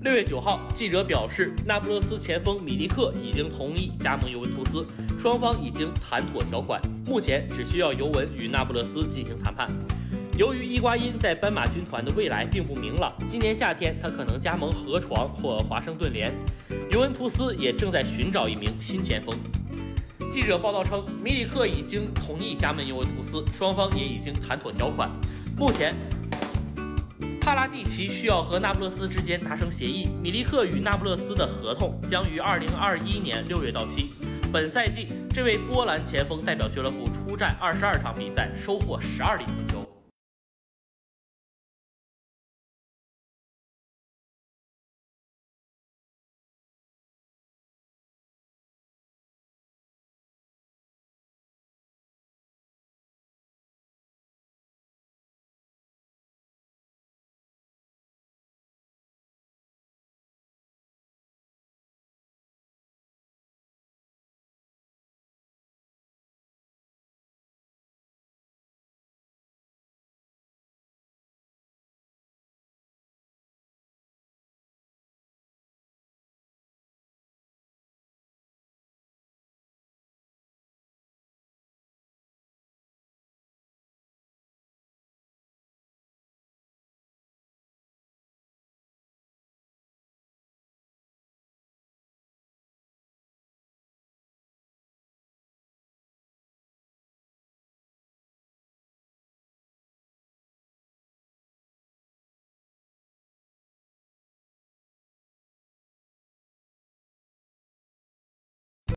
6月9号，记者表示，那不勒斯前锋米利克已经同意加盟尤文图斯，双方已经谈妥条款，目前只需要尤文与那不勒斯进行谈判。由于伊瓜因在斑马军团的未来并不明朗，今年夏天他可能加盟河床或华盛顿联。尤文图斯也正在寻找一名新前锋。记者报道称，米里克已经同意加盟尤文图斯，双方也已经谈妥条款。目前，帕拉蒂奇需要和那不勒斯之间达成协议，米利克与那不勒斯的合同将于2021年6月到期。本赛季，这位波兰前锋代表俱乐部出战22场比赛，收获12粒进球。